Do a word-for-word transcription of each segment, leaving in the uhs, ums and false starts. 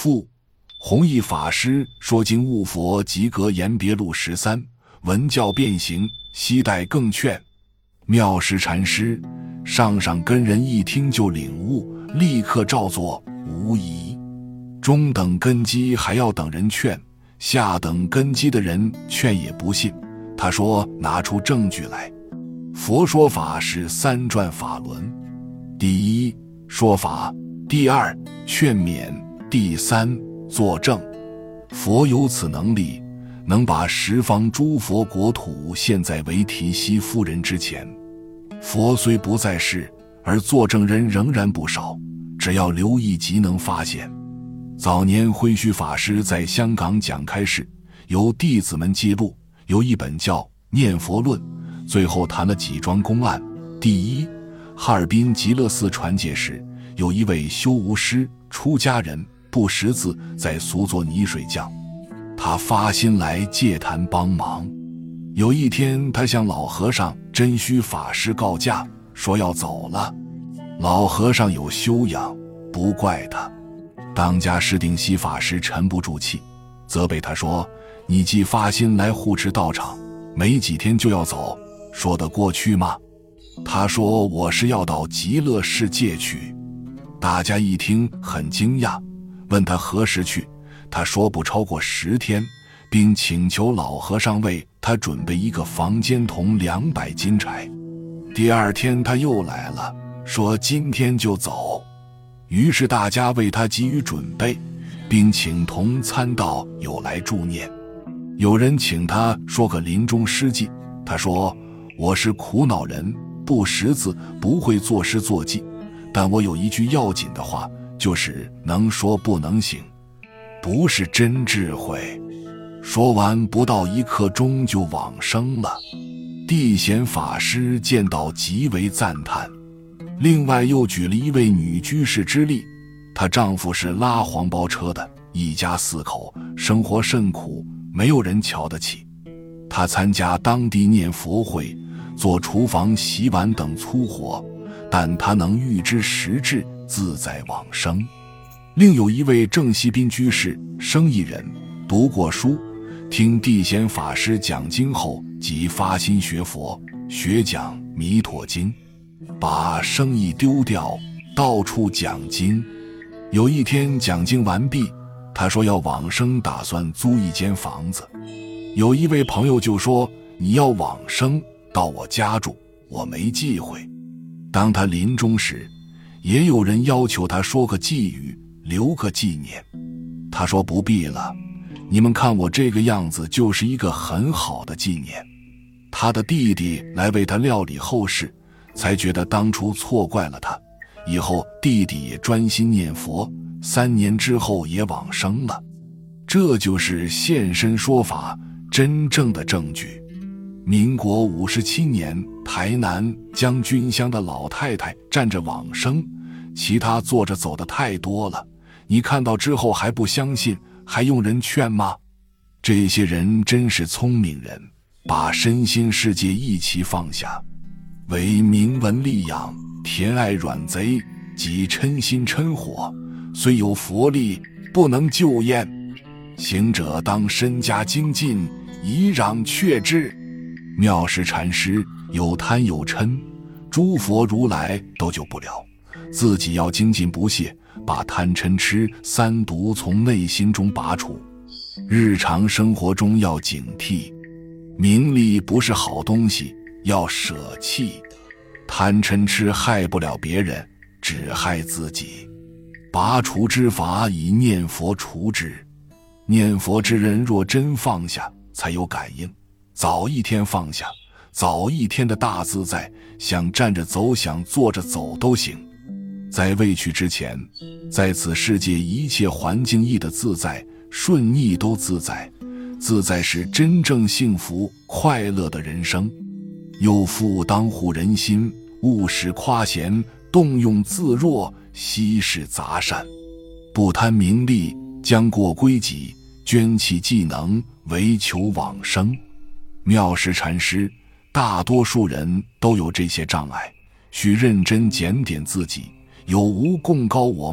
父弘毅法师说经悟佛及格言别录十三，文教变形，西代更劝。妙识禅师上上根人一听就领悟，立刻照做，无疑。中等根基还要等人劝，下等根基的人劝也不信。他说拿出证据来。佛说法是三转法轮，第一说法，第二劝勉，第三作证。佛有此能力，能把十方诸佛国土现在为提西夫人之前。佛虽不在世，而作证人仍然不少，只要留意即能发现。早年慧虚法师在香港讲开示，由弟子们记录，有一本叫《念佛论》，最后谈了几桩公案。第一，哈尔滨极乐寺传戒时，有一位修无师出家人不识字，在俗做泥水匠，他发心来借坛帮忙。有一天，他向老和尚真虚法师告假，说要走了。老和尚有修养，不怪他。当家释定西法师沉不住气，责备他说：你既发心来护持道场，没几天就要走，说得过去吗？他说我是要到极乐世界去。大家一听很惊讶，问他何时去，他说不超过十天，并请求老和尚为他准备一个房间铜两百金柴。第二天他又来了，说今天就走。于是大家为他给予准备，并请同参道友来助念。有人请他说个临终诗记，他说我是苦恼人，不识字，不会作诗作记，但我有一句要紧的话，就是能说不能行，不是真智慧。说完不到一刻钟就往生了。地显法师见到极为赞叹。另外又举了一位女居士之例，她丈夫是拉黄包车的，一家四口，生活甚苦，没有人瞧得起。她参加当地念佛会，做厨房洗碗等粗活，但她能预知时至，自在往生。另有一位郑西宾居士，生意人，读过书，听地显法师讲经后，即发心学佛，学讲弥陀经，把生意丢掉，到处讲经。有一天讲经完毕，他说要往生，打算租一间房子。有一位朋友就说，你要往生到我家住，我没忌讳。当他临终时，也有人要求他说个寄语，留个纪念。他说不必了，你们看我这个样子就是一个很好的纪念。他的弟弟来为他料理后事，才觉得当初错怪了他。以后弟弟也专心念佛，三年之后也往生了。这就是现身说法真正的证据。民国五十七年，台南将军乡的老太太站着往生，其他坐着走的太多了，你看到之后还不相信，还用人劝吗？这些人真是聪明人，把身心世界一起放下，为名闻利养，甜爱软贼，即嗔心嗔火，虽有佛力，不能救焉。行者当身家精进，以攘却之。妙识禅师有贪有嗔，诸佛如来都救不了，自己要精进不懈，把贪嗔痴三毒从内心中拔除。日常生活中要警惕，名利不是好东西，要舍弃。贪嗔痴害不了别人，只害自己。拔除之法以念佛除之。念佛之人若真放下，才有感应。早一天放下，早一天的大自在，想站着走，想坐着走都行。在未去之前，在此世界一切环境易的自在，顺逆都自在。自在是真正幸福快乐的人生。又复当护人心，勿使夸贤，动用自若，息事杂善。不贪名利，将过归己，捐弃技能，唯求往生。妙识禅师，大多数人都有这些障碍，需认真检点自己，有无贡高我慢，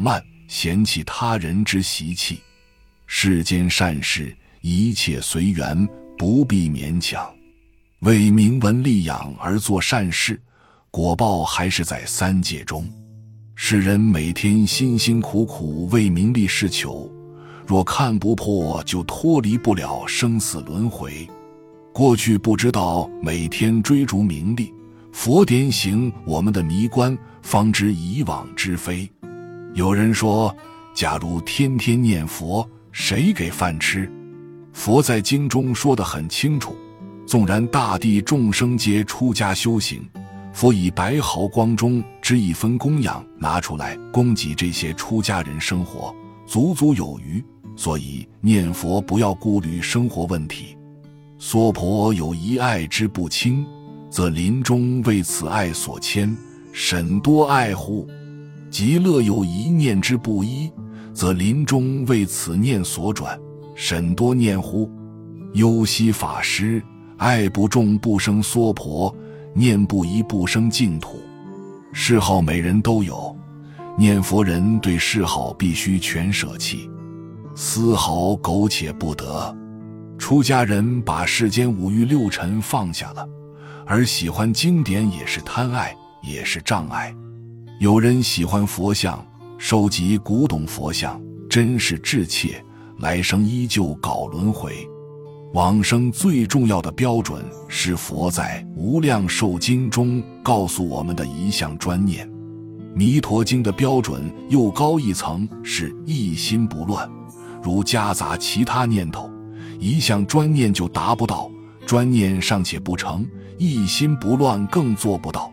嫌弃他人之习气。世间善事，一切随缘，不必勉强。为名闻利养而做善事，果报还是在三界中。世人每天辛辛苦苦为名利事求，若看不破，就脱离不了生死轮回。过去不知道每天追逐名利，佛点醒我们的迷关，方知以往之非。有人说，假如天天念佛，谁给饭吃？佛在经中说得很清楚，纵然大地众生皆出家修行，佛以白毫光中之一分供养拿出来供给这些出家人生活，足足有余。所以念佛不要顾虑生活问题。娑婆有一爱之不轻，则临终为此爱所牵，甚多爱护；极乐有一念之不依，则临终为此念所转，甚多念乎。忧惜法师，爱不重不生娑婆，念不依不生净土。嗜好每人都有，念佛人对嗜好必须全舍弃，丝毫苟且不得。出家人把世间五欲六尘放下了，而喜欢经典也是贪爱，也是障碍。有人喜欢佛像，收集古董佛像，真是稚怯，来生依旧搞轮回。往生最重要的标准是佛在《无量寿经》中告诉我们的一项专念。《弥陀经》的标准又高一层，是一心不乱。如夹杂其他念头，一项专念就达不到，专念尚且不成，一心不乱更做不到。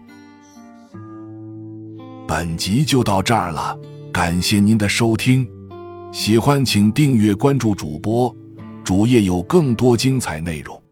本集就到这儿了，感谢您的收听，喜欢请订阅关注主播，主页有更多精彩内容。